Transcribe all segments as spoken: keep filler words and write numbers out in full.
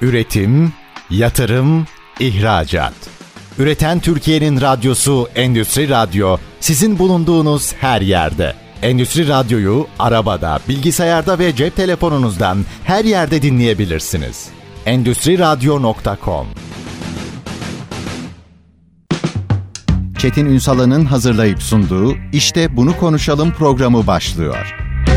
Üretim, yatırım, ihracat. Üreten Türkiye'nin radyosu Endüstri Radyo, sizin bulunduğunuz her yerde. Endüstri Radyo'yu arabada, bilgisayarda ve cep telefonunuzdan her yerde dinleyebilirsiniz. endüstri radyo nokta com. Çetin Ünsal'ın hazırlayıp sunduğu İşte Bunu Konuşalım programı başlıyor.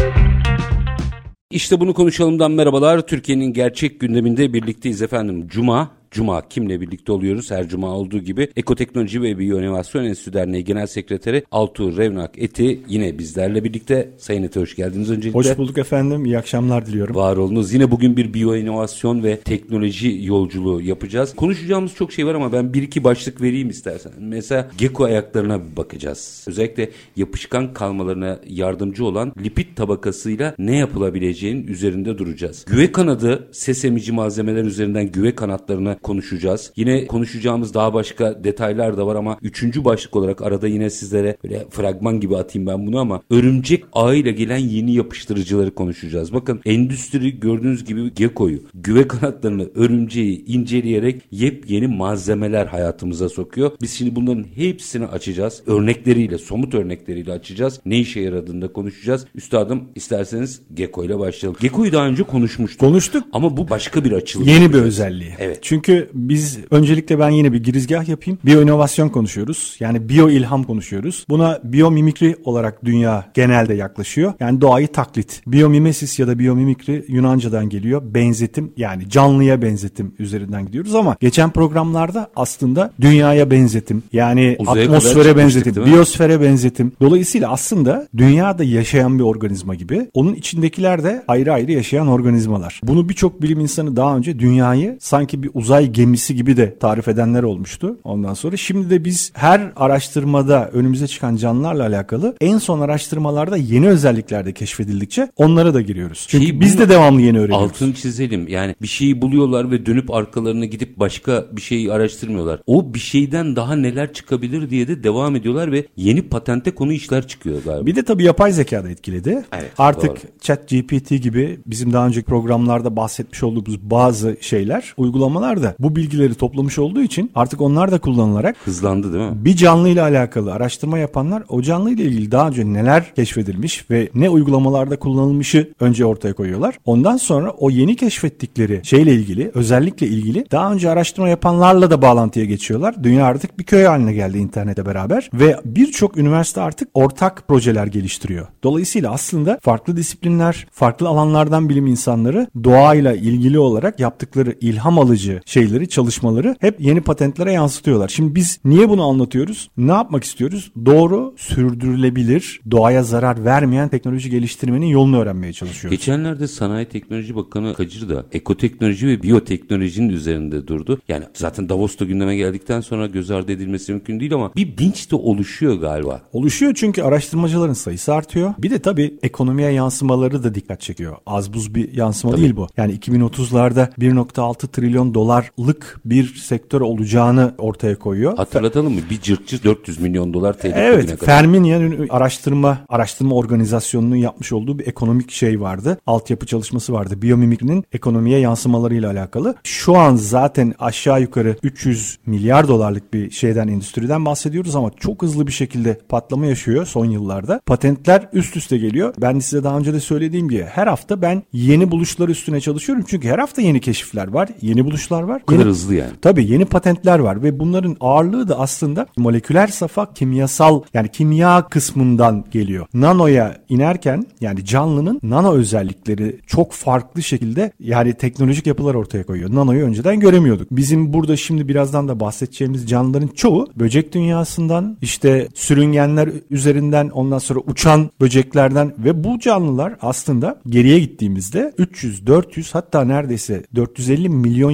İşte Bunu Konuşalım'dan merhabalar. Türkiye'nin gerçek gündeminde birlikteyiz efendim. Cuma. Cuma kimle birlikte oluyoruz? Her cuma olduğu gibi Ekoteknoloji ve Biyoinovasyon Enstitüsü Derneği Genel Sekreteri Altuğ Revnak Eti yine bizlerle birlikte. Sayın Eti, hoş geldiniz öncelikle. Hoş bulduk efendim. İyi akşamlar diliyorum. Var olunuz. Yine bugün bir biyoinovasyon ve teknoloji yolculuğu yapacağız. Konuşacağımız çok şey var ama ben bir iki başlık vereyim istersen. Mesela gecko ayaklarına bir bakacağız. Özellikle yapışkan kalmalarına yardımcı olan lipid tabakasıyla ne yapılabileceğinin üzerinde duracağız. Güve kanadı ses emici malzemeler üzerinden güve kanatlarına konuşacağız. Yine konuşacağımız daha başka detaylar da var ama üçüncü başlık olarak arada yine sizlere böyle fragman gibi atayım ben bunu ama örümcek ağıyla gelen yeni yapıştırıcıları konuşacağız. Bakın endüstri gördüğünüz gibi geckoyu, güve kanatlarını, örümceği inceleyerek yepyeni malzemeler hayatımıza sokuyor. Biz şimdi bunların hepsini açacağız. Örnekleriyle, somut örnekleriyle açacağız. Ne işe yaradığını da konuşacağız. Üstadım isterseniz gecko ile başlayalım. Geckoyu daha önce konuşmuştuk. Konuştuk. Ama bu başka bir açılım. Yeni yapacağız. Bir özelliği. Evet. Çünkü biz öncelikle ben yine bir girizgah yapayım. Biyoinovasyon konuşuyoruz. Yani biyo ilham konuşuyoruz. Buna biyomimikri olarak dünya genelde yaklaşıyor. Yani doğayı taklit. Biyomimesis ya da biyomimikri Yunanca'dan geliyor. Benzetim, yani canlıya benzetim üzerinden gidiyoruz ama geçen programlarda aslında dünyaya benzetim, yani uzaya atmosfere benzetim, biyosfere benzetim. Dolayısıyla aslında dünyada yaşayan bir organizma gibi, onun içindekiler de ayrı ayrı yaşayan organizmalar. Bunu birçok bilim insanı daha önce dünyayı sanki bir uzay gemisi gibi de tarif edenler olmuştu. Ondan sonra şimdi de biz her araştırmada önümüze çıkan canlılarla alakalı en son araştırmalarda yeni özellikler de keşfedildikçe onlara da giriyoruz. Çünkü şey, biz de devamlı yeni öğreniyoruz. Altını çizelim. Yani bir şeyi buluyorlar ve dönüp arkalarına gidip başka bir şeyi araştırmıyorlar. O bir şeyden daha neler çıkabilir diye de devam ediyorlar ve yeni patente konu işler çıkıyor galiba. Bir de tabii yapay zeka da etkiledi. Evet, artık doğru. ChatGPT gibi bizim daha önceki programlarda bahsetmiş olduğumuz bazı şeyler, uygulamalar da bu bilgileri toplamış olduğu için artık onlar da kullanılarak hızlandı değil mi? Bir canlıyla alakalı araştırma yapanlar o canlıyla ilgili daha önce neler keşfedilmiş ve ne uygulamalarda kullanılmışı önce ortaya koyuyorlar. Ondan sonra o yeni keşfettikleri şeyle ilgili, özellikle ilgili daha önce araştırma yapanlarla da bağlantıya geçiyorlar. Dünya artık bir köy haline geldi internete beraber ve birçok üniversite artık ortak projeler geliştiriyor. Dolayısıyla aslında farklı disiplinler, farklı alanlardan bilim insanları doğayla ilgili olarak yaptıkları ilham alıcı şeyleri, çalışmaları hep yeni patentlere yansıtıyorlar. Şimdi biz niye bunu anlatıyoruz? Ne yapmak istiyoruz? Doğru, sürdürülebilir, doğaya zarar vermeyen teknoloji geliştirmenin yolunu öğrenmeye çalışıyoruz. Geçenlerde Sanayi Teknoloji Bakanı Kacır da ekoteknoloji ve biyoteknolojinin üzerinde durdu. Yani zaten Davos'ta gündeme geldikten sonra göz ardı edilmesi mümkün değil ama bir bilinç de oluşuyor galiba. Oluşuyor çünkü araştırmacıların sayısı artıyor. Bir de tabii ekonomiye yansımaları da dikkat çekiyor. Az buz bir yansıma tabii değil bu. Yani iki bin otuzlarda bir virgül altı trilyon dolarlık bir sektör olacağını ortaya koyuyor. Hatırlatalım mı? Bir cırt cırt dört yüz milyon dolar T L. Evet. Ferminian araştırma araştırma organizasyonunun yapmış olduğu bir ekonomik şey vardı. Altyapı çalışması vardı. Biyomimikrinin ekonomiye yansımalarıyla alakalı. Şu an zaten aşağı yukarı üç yüz milyar dolarlık bir şeyden, endüstriden bahsediyoruz ama çok hızlı bir şekilde patlama yaşıyor son yıllarda. Patentler üst üste geliyor. Ben size daha önce de söylediğim gibi her hafta ben yeni buluşlar üstüne çalışıyorum. Çünkü her hafta yeni keşifler var. Yeni buluşlar var. Bu kadar yeni, hızlı yani. Tabii yeni patentler var ve bunların ağırlığı da aslında moleküler safa kimyasal, yani kimya kısmından geliyor. Nanoya inerken yani canlının nano özellikleri çok farklı şekilde, yani teknolojik yapılar ortaya koyuyor. Nanoyu önceden göremiyorduk. Bizim burada şimdi birazdan da bahsedeceğimiz canlıların çoğu böcek dünyasından, işte sürüngenler üzerinden, ondan sonra uçan böceklerden ve bu canlılar aslında geriye gittiğimizde üç yüz dört yüz hatta neredeyse dört yüz elli milyon yıllardır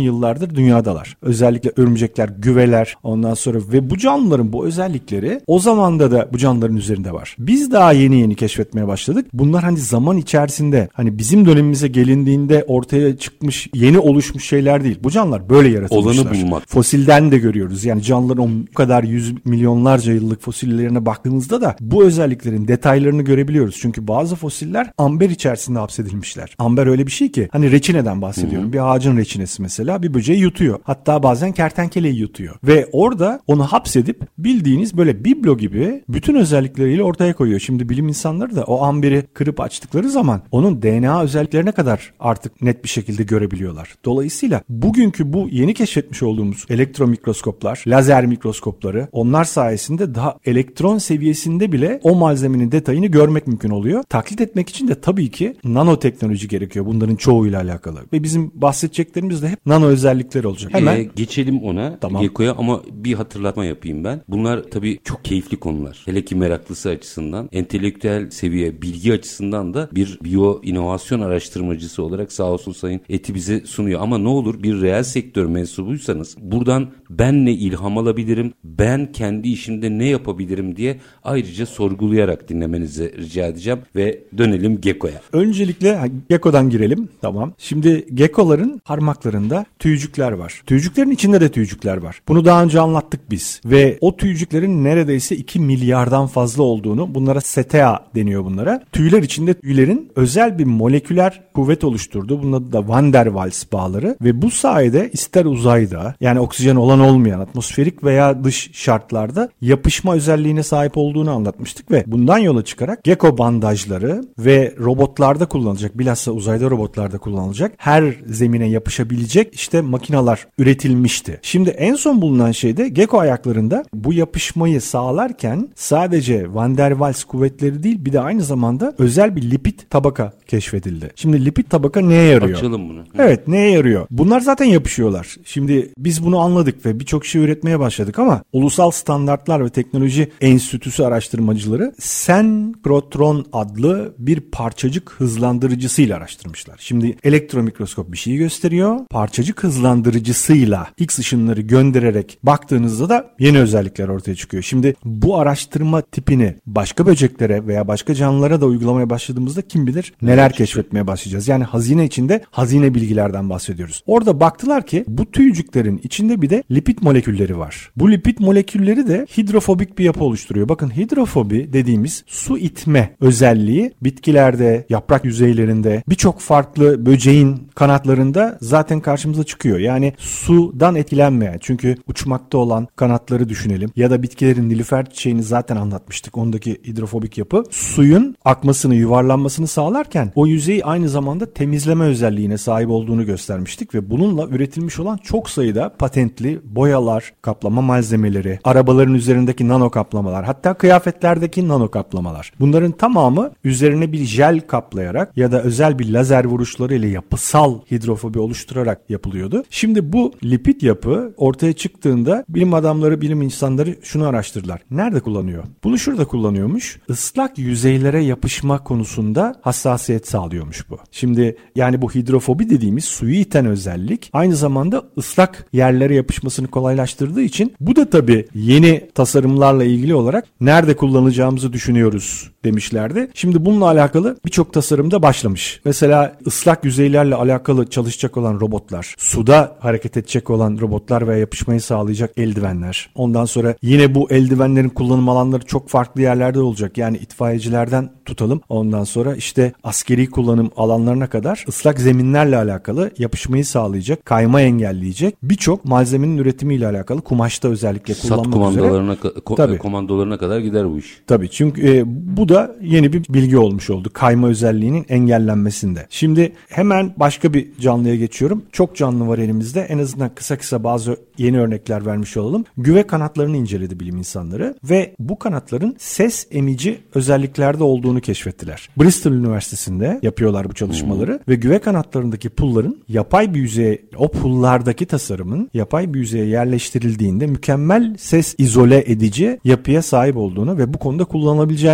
yıllardır dünyadalar. Özellikle örümcekler, güveler, ondan sonra ve bu canlıların bu özellikleri o zamanda da bu canlıların üzerinde var. Biz daha yeni yeni keşfetmeye başladık. Bunlar hani zaman içerisinde hani bizim dönemimize gelindiğinde ortaya çıkmış, yeni oluşmuş şeyler değil. Bu canlılar böyle yaratılmışlar. Olanı bulmak. Fosilden de görüyoruz. Yani canlıların o kadar yüz milyonlarca yıllık fosillerine baktığımızda da bu özelliklerin detaylarını görebiliyoruz. Çünkü bazı fosiller amber içerisinde hapsedilmişler. Amber öyle bir şey ki hani reçineden bahsediyorum. Hı-hı. Bir ağacın reçinesi mesela bir böceği yutuyor. Hatta bazen kertenkeleyi yutuyor. Ve orada onu hapsedip bildiğiniz böyle biblo gibi bütün özellikleriyle ortaya koyuyor. Şimdi bilim insanları da o amberi kırıp açtıkları zaman onun D N A özelliklerine kadar artık net bir şekilde görebiliyorlar. Dolayısıyla bugünkü bu yeni keşfetmiş olduğumuz elektron mikroskoplar, lazer mikroskopları onlar sayesinde daha elektron seviyesinde bile o malzemenin detayını görmek mümkün oluyor. Taklit etmek için de tabii ki nanoteknoloji gerekiyor bunların çoğuyla alakalı. Ve bizim bahsedeceklerimiz de hep nano özellikleri olacak. Hemen ee, geçelim ona, tamam. Gekko'ya ama bir hatırlatma yapayım ben. Bunlar tabii çok keyifli konular. Hele ki meraklısı açısından, entelektüel seviye, bilgi açısından da bir biyo inovasyon araştırmacısı olarak sağ olsun Sayın Eti bize sunuyor. Ama ne olur bir reel sektör mensubuysanız buradan ben ne ilham alabilirim, ben kendi işimde ne yapabilirim diye ayrıca sorgulayarak dinlemenizi rica edeceğim ve dönelim Gekko'ya. Öncelikle Gekko'dan girelim. Tamam. Şimdi Gekko'ların parmaklarında tüycükler var. Tüycüklerin içinde de tüycükler var. Bunu daha önce anlattık biz. Ve o tüycüklerin neredeyse iki milyardan fazla olduğunu, bunlara setea deniyor bunlara. Tüyler içinde tüylerin özel bir moleküler kuvvet oluşturduğu, bunun adı da Van der Waals bağları ve bu sayede ister uzayda yani oksijen olan olmayan atmosferik veya dış şartlarda yapışma özelliğine sahip olduğunu anlatmıştık ve bundan yola çıkarak Gekko bandajları ve robotlarda kullanılacak, bilhassa uzayda robotlarda kullanılacak her zemine yapışabilecek işte makineler üretilmişti. Şimdi en son bulunan şey de Gekko ayaklarında bu yapışmayı sağlarken sadece Van der Waals kuvvetleri değil bir de aynı zamanda özel bir lipid tabaka keşfedildi. Şimdi lipid tabaka neye yarıyor? Açalım bunu. Evet, neye yarıyor? Bunlar zaten yapışıyorlar. Şimdi biz bunu anladık ve birçok şey üretmeye başladık ama Ulusal Standartlar ve Teknoloji Enstitüsü araştırmacıları senkrotron adlı bir parçacık hızlandırıcısıyla araştırmışlar. Şimdi elektron mikroskop bir şeyi gösteriyor. Parçacık hızlandırıcısıyla X ışınları göndererek baktığınızda da yeni özellikler ortaya çıkıyor. Şimdi bu araştırma tipini başka böceklere veya başka canlılara da uygulamaya başladığımızda kim bilir neler keşfetmeye başlayacağız. Yani hazine içinde hazine bilgilerden bahsediyoruz. Orada baktılar ki bu tüycüklerin içinde bir de lipid molekülleri var. Bu lipid molekülleri de hidrofobik bir yapı oluşturuyor. Bakın hidrofobi dediğimiz su itme özelliği bitkilerde, yaprak yüzeylerinde, birçok farklı böceğin kanatlarında zaten karşımıza çıkıyor. Yani sudan etkilenmeyen, çünkü uçmakta olan kanatları düşünelim ya da bitkilerin nilüfer çiçeğini zaten anlatmıştık. Ondaki hidrofobik yapı suyun akmasını, yuvarlanmasını sağlarken o yüzeyi aynı zamanda temizleme özelliğine sahip olduğunu göstermiştik ve bununla üretilmiş olan çok sayıda patentli boyalar, kaplama malzemeleri, arabaların üzerindeki nano kaplamalar, hatta kıyafetlerdeki nano kaplamalar. Bunların tamamı üzerine bir jel kaplayarak ya da özel bir lazer vuruşları ile yapısal hidrofobi oluşturarak yapılıyordu. Şimdi bu lipid yapı ortaya çıktığında bilim adamları, bilim insanları şunu araştırdılar. Nerede kullanıyor? Bunu şurada kullanıyormuş. Islak yüzeylere yapışma konusunda hassasiyet sağlıyormuş bu. Şimdi yani bu hidrofobi dediğimiz suyu iten özellik aynı zamanda ıslak yerlere yapışmasını kolaylaştırdığı için bu da tabii yeni tasarımlarla ilgili olarak nerede kullanacağımızı düşünüyoruz demişlerdi. Şimdi bununla alakalı birçok tasarımda başlamış. Mesela ıslak yüzeylerle alakalı çalışacak olan robotlar, suda hareket edecek olan robotlar veya yapışmayı sağlayacak eldivenler. Ondan sonra yine bu eldivenlerin kullanım alanları çok farklı yerlerde olacak. Yani itfaiyecilerden tutalım. Ondan sonra işte askeri kullanım alanlarına kadar ıslak zeminlerle alakalı yapışmayı sağlayacak, kayma engelleyecek birçok malzemenin üretimiyle alakalı kumaşta özellikle kullanmak Sat komandolarına, üzere. Ko- komandolarına kadar gider bu iş. Tabii çünkü e, bu da yeni bir bilgi olmuş oldu. Kayma özelliğinin engellenmesinde. Şimdi hemen başka bir canlıya geçiyorum. Çok canlı var elimizde. En azından kısa kısa bazı yeni örnekler vermiş olalım. Güve kanatlarını inceledi bilim insanları ve bu kanatların ses emici özelliklerde olduğunu keşfettiler. Bristol Üniversitesi'nde yapıyorlar bu çalışmaları hmm. ve güve kanatlarındaki pulların yapay bir yüzeye, o pullardaki tasarımın yapay bir yüzeye yerleştirildiğinde mükemmel ses izole edici yapıya sahip olduğunu ve bu konuda kullanılabileceğini keşfettiler.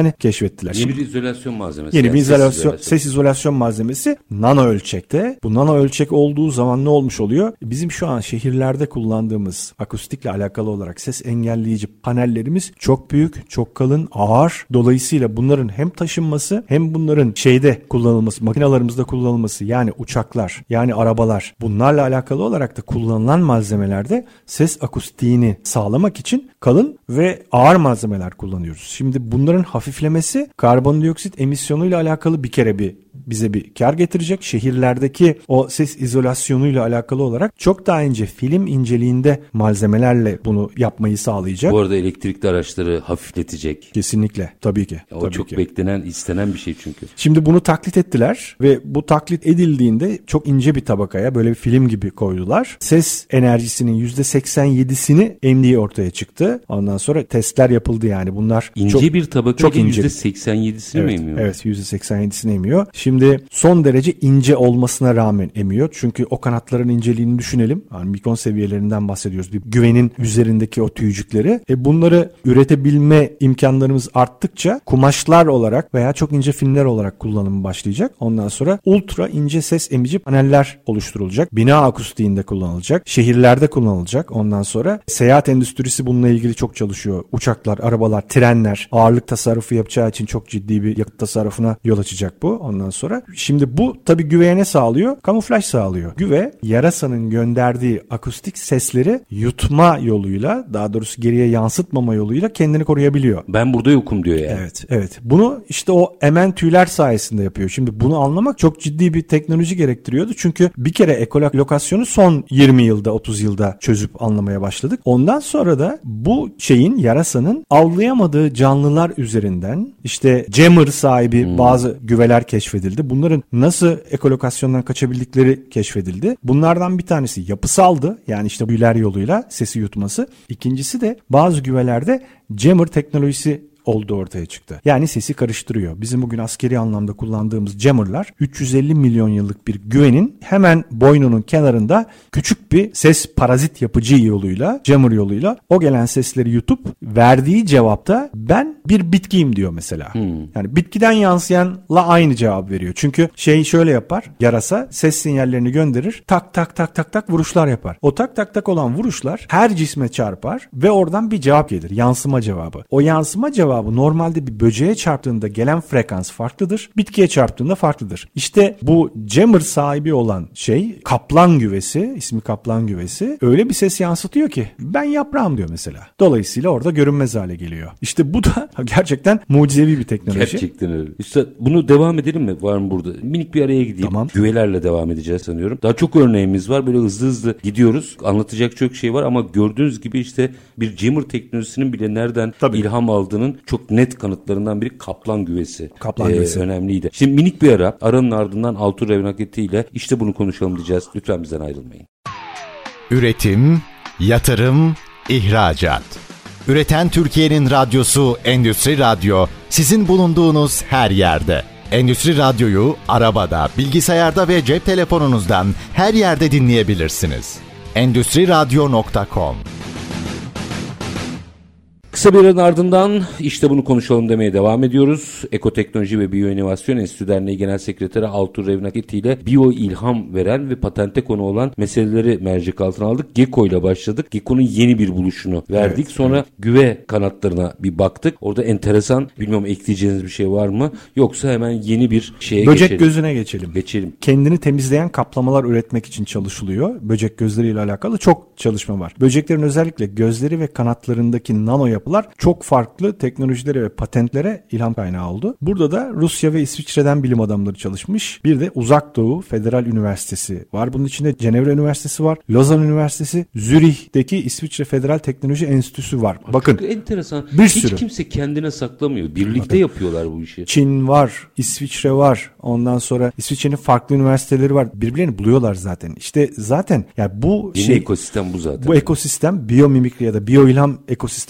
keşfettiler. Yeni bir izolasyon malzemesi. Yeni yani bir izolasyon, ses izolasyon. ses izolasyon malzemesi nano ölçekte. Bu nano ölçek olduğu zaman ne olmuş oluyor? Bizim şu an şehirlerde kullandığımız akustikle alakalı olarak ses engelleyici panellerimiz çok büyük, çok kalın, ağır. Dolayısıyla bunların hem taşınması hem bunların şeyde kullanılması, makinalarımızda kullanılması, yani uçaklar, yani arabalar, bunlarla alakalı olarak da kullanılan malzemelerde ses akustiğini sağlamak için kalın ve ağır malzemeler kullanıyoruz. Şimdi bunların hafiflemesi karbondioksit emisyonuyla alakalı bir kere bir bize bir kar getirecek. Şehirlerdeki o ses izolasyonuyla alakalı olarak çok daha ince film inceliğinde malzemelerle bunu yapmayı sağlayacak. Bu arada elektrikli araçları hafifletecek. Kesinlikle. Tabii ki. Ya o tabii çok ki. beklenen, istenen bir şey çünkü. Şimdi bunu taklit ettiler ve bu taklit edildiğinde çok ince bir tabakaya böyle bir film gibi koydular. Ses enerjisinin yüzde seksen yedisini emdiği ortaya çıktı. Ondan sonra testler yapıldı yani. Bunlar İnce çok, bir tabaka yüzde seksen yedisini evet, mi emiyor? Evet, yüzde seksen yedisini emiyor. Şimdi son derece ince olmasına rağmen emiyor. Çünkü o kanatların inceliğini düşünelim. Yani mikron seviyelerinden bahsediyoruz. Bir güvenin üzerindeki o tüycükleri. E bunları üretebilme imkanlarımız arttıkça kumaşlar olarak veya çok ince filmler olarak kullanımı başlayacak. Ondan sonra ultra ince ses emici paneller oluşturulacak. Bina akustiğinde kullanılacak. Şehirlerde kullanılacak. Ondan sonra seyahat endüstrisi bununla ilgili çok çalışıyor. Uçaklar, arabalar, trenler ağırlık tasarrufu yapacağı için çok ciddi bir yakıt tasarrufuna yol açacak bu. Ondan sonra şimdi bu tabii güveye ne sağlıyor? Kamuflaj sağlıyor. Güve yarasanın gönderdiği akustik sesleri yutma yoluyla, daha doğrusu geriye yansıtmama yoluyla kendini koruyabiliyor. Ben burada yokum diyor yani. Evet, evet. Bunu işte o emen tüyler sayesinde yapıyor. Şimdi bunu anlamak çok ciddi bir teknoloji gerektiriyordu. Çünkü bir kere ekolokasyonu son yirmi yılda, otuz yılda çözüp anlamaya başladık. Ondan sonra da bu şeyin, yarasanın avlayamadığı canlılar üzerinden işte jammer sahibi hmm. bazı güveler keşfedildi. Bunların nasıl ekolokasyondan kaçabildikleri keşfedildi. Bunlardan bir tanesi yapısaldı. Yani işte güveler yoluyla sesi yutması. İkincisi de bazı güvelerde jammer teknolojisi olduğu ortaya çıktı. Yani sesi karıştırıyor. Bizim bugün askeri anlamda kullandığımız jammerlar üç yüz elli milyon yıllık bir güvenin hemen boynunun kenarında küçük bir ses parazit yapıcı yoluyla, jammer yoluyla o gelen sesleri yutup verdiği cevapta ben bir bitkiyim diyor mesela. Hmm. Yani bitkiden yansıyanla aynı cevap veriyor. Çünkü şey şöyle yapar. Yarasa ses sinyallerini gönderir. Tak tak tak tak tak vuruşlar yapar. O tak tak tak olan vuruşlar her cisme çarpar ve oradan bir cevap gelir. Yansıma cevabı. O yansıma cevabı normalde bir böceğe çarptığında gelen frekans farklıdır. Bitkiye çarptığında farklıdır. İşte bu jammer sahibi olan şey kaplan güvesi, ismi kaplan güvesi öyle bir ses yansıtıyor ki ben yaprağım diyor mesela. Dolayısıyla orada görünmez hale geliyor. İşte bu da gerçekten mucizevi bir teknoloji. Gerçekten öyle. İşte bunu devam edelim mi? Var mı burada? Minik bir araya gideyim. Tamam. Güvelerle devam edeceğiz sanıyorum. Daha çok örneğimiz var. Böyle hızlı hızlı gidiyoruz. Anlatacak çok şey var ama gördüğünüz gibi işte bir jammer teknolojisinin bile nereden Tabii. ilham aldığının çok net kanıtlarından biri kaplan güvesi. Kaplan ee, güvesi. Önemliydi. Şimdi minik bir ara. Aranın ardından Altur Revnaketi ile işte bunu konuşalım diyeceğiz. Lütfen bizden ayrılmayın. Üretim, yatırım, ihracat. Üreten Türkiye'nin radyosu Endüstri Radyo sizin bulunduğunuz her yerde. Endüstri Radyo'yu arabada, bilgisayarda ve cep telefonunuzdan her yerde dinleyebilirsiniz. endüstri radyo nokta com. Kısa bir aranın ardından işte bunu konuşalım demeye devam ediyoruz. Ekoteknoloji ve Biyoinovasyon Enstitüsü Derneği Genel Sekreteri Altur Revnaketi ile biyo ilham veren ve patente konu olan meseleleri mercek altına aldık. Gecko ile başladık. Gecko'nun yeni bir buluşunu verdik. Evet, Sonra evet. güve kanatlarına bir baktık. Orada enteresan, bilmiyorum ekleyeceğiniz bir şey var mı? Yoksa hemen yeni bir şeye Böcek geçelim. gözüne geçelim. Geçelim. Kendini temizleyen kaplamalar üretmek için çalışılıyor. Böcek gözleriyle alakalı çok çalışma var. Böceklerin özellikle gözleri ve kanatlarındaki nano yapı çok farklı teknolojilere ve patentlere ilham kaynağı oldu. Burada da Rusya ve İsviçre'den bilim adamları çalışmış. Bir de Uzak Doğu Federal Üniversitesi var. Bunun içinde Cenevre Üniversitesi var. Lozan Üniversitesi, Zürih'teki İsviçre Federal Teknoloji Enstitüsü var. Bakın. Çok enteresan. Bir Hiç sürü. kimse kendine saklamıyor. Birlikte Bakın. yapıyorlar bu işi. Çin var, İsviçre var. Ondan sonra İsviçre'nin farklı üniversiteleri var. Birbirlerini buluyorlar zaten. İşte zaten yani bu Yeni şey ekosistem bu zaten. Bu ekosistem biyomimikri ya da biyoilham ekosisteminin içinde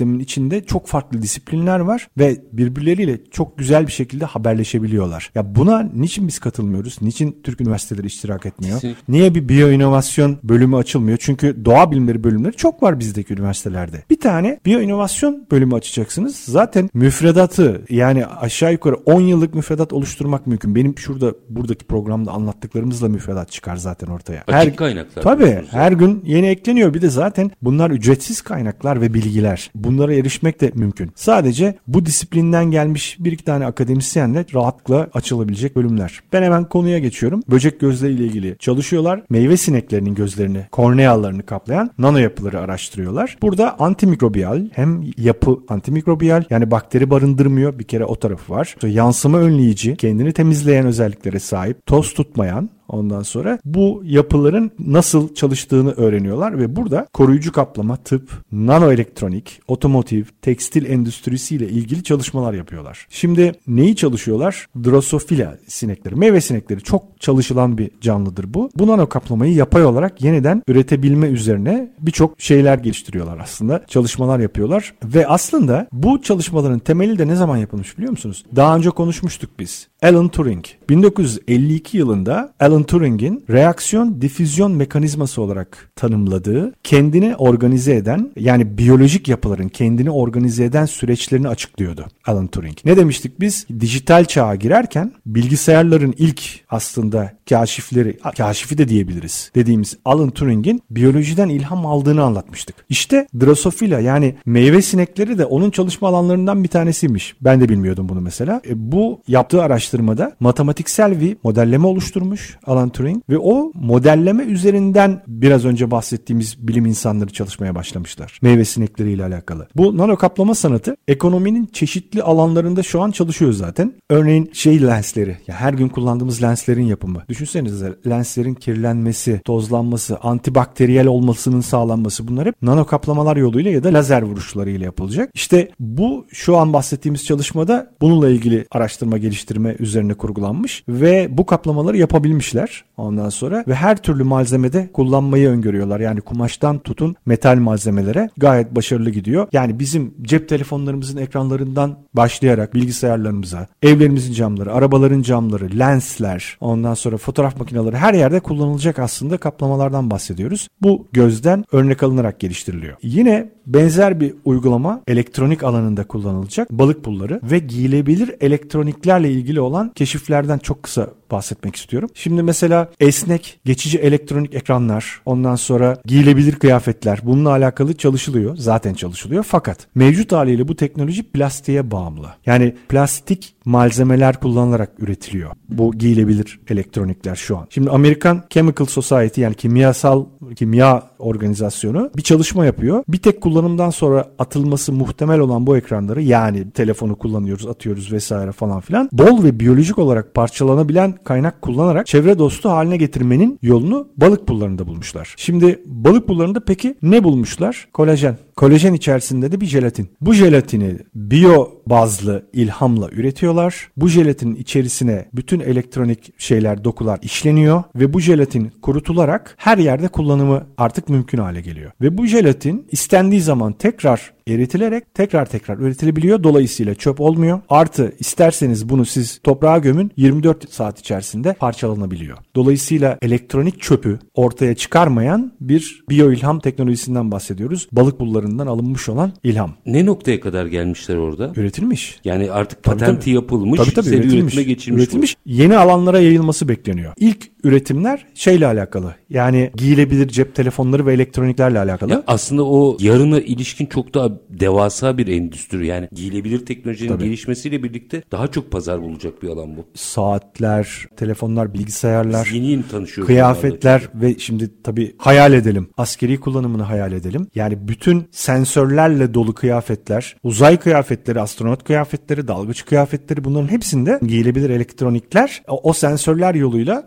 içinde çok farklı disiplinler var ve birbirleriyle çok güzel bir şekilde haberleşebiliyorlar. Ya buna niçin biz katılmıyoruz? Niçin Türk üniversiteleri iştirak etmiyor? Kesinlikle. Niye bir biyoinovasyon bölümü açılmıyor? Çünkü doğa bilimleri bölümleri çok var bizdeki üniversitelerde. Bir tane biyoinovasyon bölümü açacaksınız. Zaten müfredatı, yani aşağı yukarı on yıllık müfredat oluşturmak mümkün. Benim şurada buradaki programda anlattıklarımızla müfredat çıkar zaten ortaya. Açık her, kaynaklar. Tabii her gün yeni ekleniyor. Bir de zaten bunlar ücretsiz kaynaklar ve bilgiler. Bunlara erişmek de mümkün. Sadece bu disiplinden gelmiş bir iki tane akademisyenle rahatlıkla açılabilecek bölümler. Ben hemen konuya geçiyorum. Böcek gözleriyle ilgili çalışıyorlar. Meyve sineklerinin gözlerini, kornealarını kaplayan nano yapıları araştırıyorlar. Burada antimikrobiyal, hem yapı antimikrobiyal, yani bakteri barındırmıyor, bir kere o tarafı var. Yansıma önleyici, kendini temizleyen özelliklere sahip, toz tutmayan. Ondan sonra bu yapıların nasıl çalıştığını öğreniyorlar ve burada koruyucu kaplama, tıp, nanoelektronik, otomotiv, tekstil endüstrisiyle ilgili çalışmalar yapıyorlar. Şimdi neyi çalışıyorlar? Drosophila sinekleri, meyve sinekleri çok çalışılan bir canlıdır bu. Bu nano kaplamayı yapay olarak yeniden üretebilme üzerine birçok şeyler geliştiriyorlar aslında. Çalışmalar yapıyorlar ve aslında bu çalışmaların temeli de ne zaman yapılmış biliyor musunuz? Daha önce konuşmuştuk biz. Alan Turing. bin dokuz yüz elli iki yılında Alan Turing'in reaksiyon difüzyon mekanizması olarak tanımladığı, kendini organize eden, yani biyolojik yapıların kendini organize eden süreçlerini açıklıyordu Alan Turing. Ne demiştik biz? Dijital çağa girerken bilgisayarların ilk aslında kaşifleri, kaşifi de diyebiliriz dediğimiz Alan Turing'in biyolojiden ilham aldığını anlatmıştık. İşte Drosophila, yani meyve sinekleri de onun çalışma alanlarından bir tanesiymiş. Ben de bilmiyordum bunu mesela. E, bu yaptığı araştırmada matematiksel bir modelleme oluşturmuş Alan Turing ve o modelleme üzerinden biraz önce bahsettiğimiz bilim insanları çalışmaya başlamışlar. Meyve sinekleriyle alakalı. Bu nano kaplama sanatı ekonominin çeşitli alanlarında şu an çalışıyor zaten. Örneğin şey lensleri, ya her gün kullandığımız lenslerin yapımı. Düşünsenize, lenslerin kirlenmesi, tozlanması, antibakteriyel olmasının sağlanması, bunlar hep nano kaplamalar yoluyla ya da lazer vuruşlarıyla yapılacak. İşte bu şu an bahsettiğimiz çalışmada bununla ilgili araştırma geliştirme üzerine kurgulanmış ve bu kaplamaları yapabilmişler ondan sonra ve her türlü malzemede kullanmayı öngörüyorlar. Yani kumaştan tutun metal malzemelere gayet başarılı gidiyor. Yani bizim cep telefonlarımızın ekranlarından başlayarak bilgisayarlarımıza, evlerimizin camları, arabaların camları, lensler, ondan sonra fotoğraf makineleri, her yerde kullanılacak aslında kaplamalardan bahsediyoruz. Bu gözden örnek alınarak geliştiriliyor. Yine benzer bir uygulama elektronik alanında kullanılacak balık pulları ve giyilebilir elektroniklerle ilgili olan keşiflerden çok kısa bahsetmek istiyorum. Şimdi mesela esnek, geçici elektronik ekranlar, ondan sonra giyilebilir kıyafetler, bununla alakalı çalışılıyor. Zaten çalışılıyor. Fakat mevcut haliyle bu teknoloji plastiğe bağımlı. Yani plastik malzemeler kullanılarak üretiliyor bu giyilebilir elektronikler şu an. Şimdi American Chemical Society, yani kimyasal kimya organizasyonu bir çalışma yapıyor. Bir tek kullanımdan sonra atılması muhtemel olan bu ekranları, yani telefonu kullanıyoruz, atıyoruz vesaire falan filan, bol ve biyolojik olarak parçalanabilen kaynak kullanarak çevre dostu haline getirmenin yolunu balık pullarında bulmuşlar. Şimdi balık pullarında peki ne bulmuşlar? Kolajen. Kolajen içerisinde de bir jelatin. Bu jelatini biyo bazlı ilhamla üretiyorlar. Bu jelatinin içerisine bütün elektronik şeyler, dokular işleniyor ve bu jelatin kurutularak her yerde kullanımı artık mümkün hale geliyor. Ve bu jelatin istendiği zaman tekrar eritilerek tekrar tekrar üretilebiliyor. Dolayısıyla çöp olmuyor. Artı isterseniz bunu siz toprağa gömün, yirmi dört saat içerisinde parçalanabiliyor. Dolayısıyla elektronik çöpü ortaya çıkarmayan bir biyo ilham teknolojisinden bahsediyoruz. Balık pullarından alınmış olan ilham. Ne noktaya kadar gelmişler orada? Üretilmiş. Yani artık patenti tabii, tabii. yapılmış, tabii, tabii, seri üretilmiş. üretime geçilmiş. Üretilmiş. Bu. Yeni alanlara yayılması bekleniyor. İlk üretimler şeyle alakalı. Yani giyilebilir cep telefonları ve elektroniklerle alakalı. Ya aslında o yarına ilişkin çok daha devasa bir endüstri. Yani giyilebilir teknolojinin tabii. gelişmesiyle birlikte daha çok pazar bulacak bir alan bu. Saatler, telefonlar, bilgisayarlar, yeni yeni tanışıyoruz. Kıyafetler ve şimdi tabii hayal edelim. Askeri kullanımını hayal edelim. Yani bütün sensörlerle dolu kıyafetler, uzay kıyafetleri, astronot kıyafetleri, dalgıç kıyafetleri, bunların hepsinde giyilebilir elektronikler o, o sensörler yoluyla insanın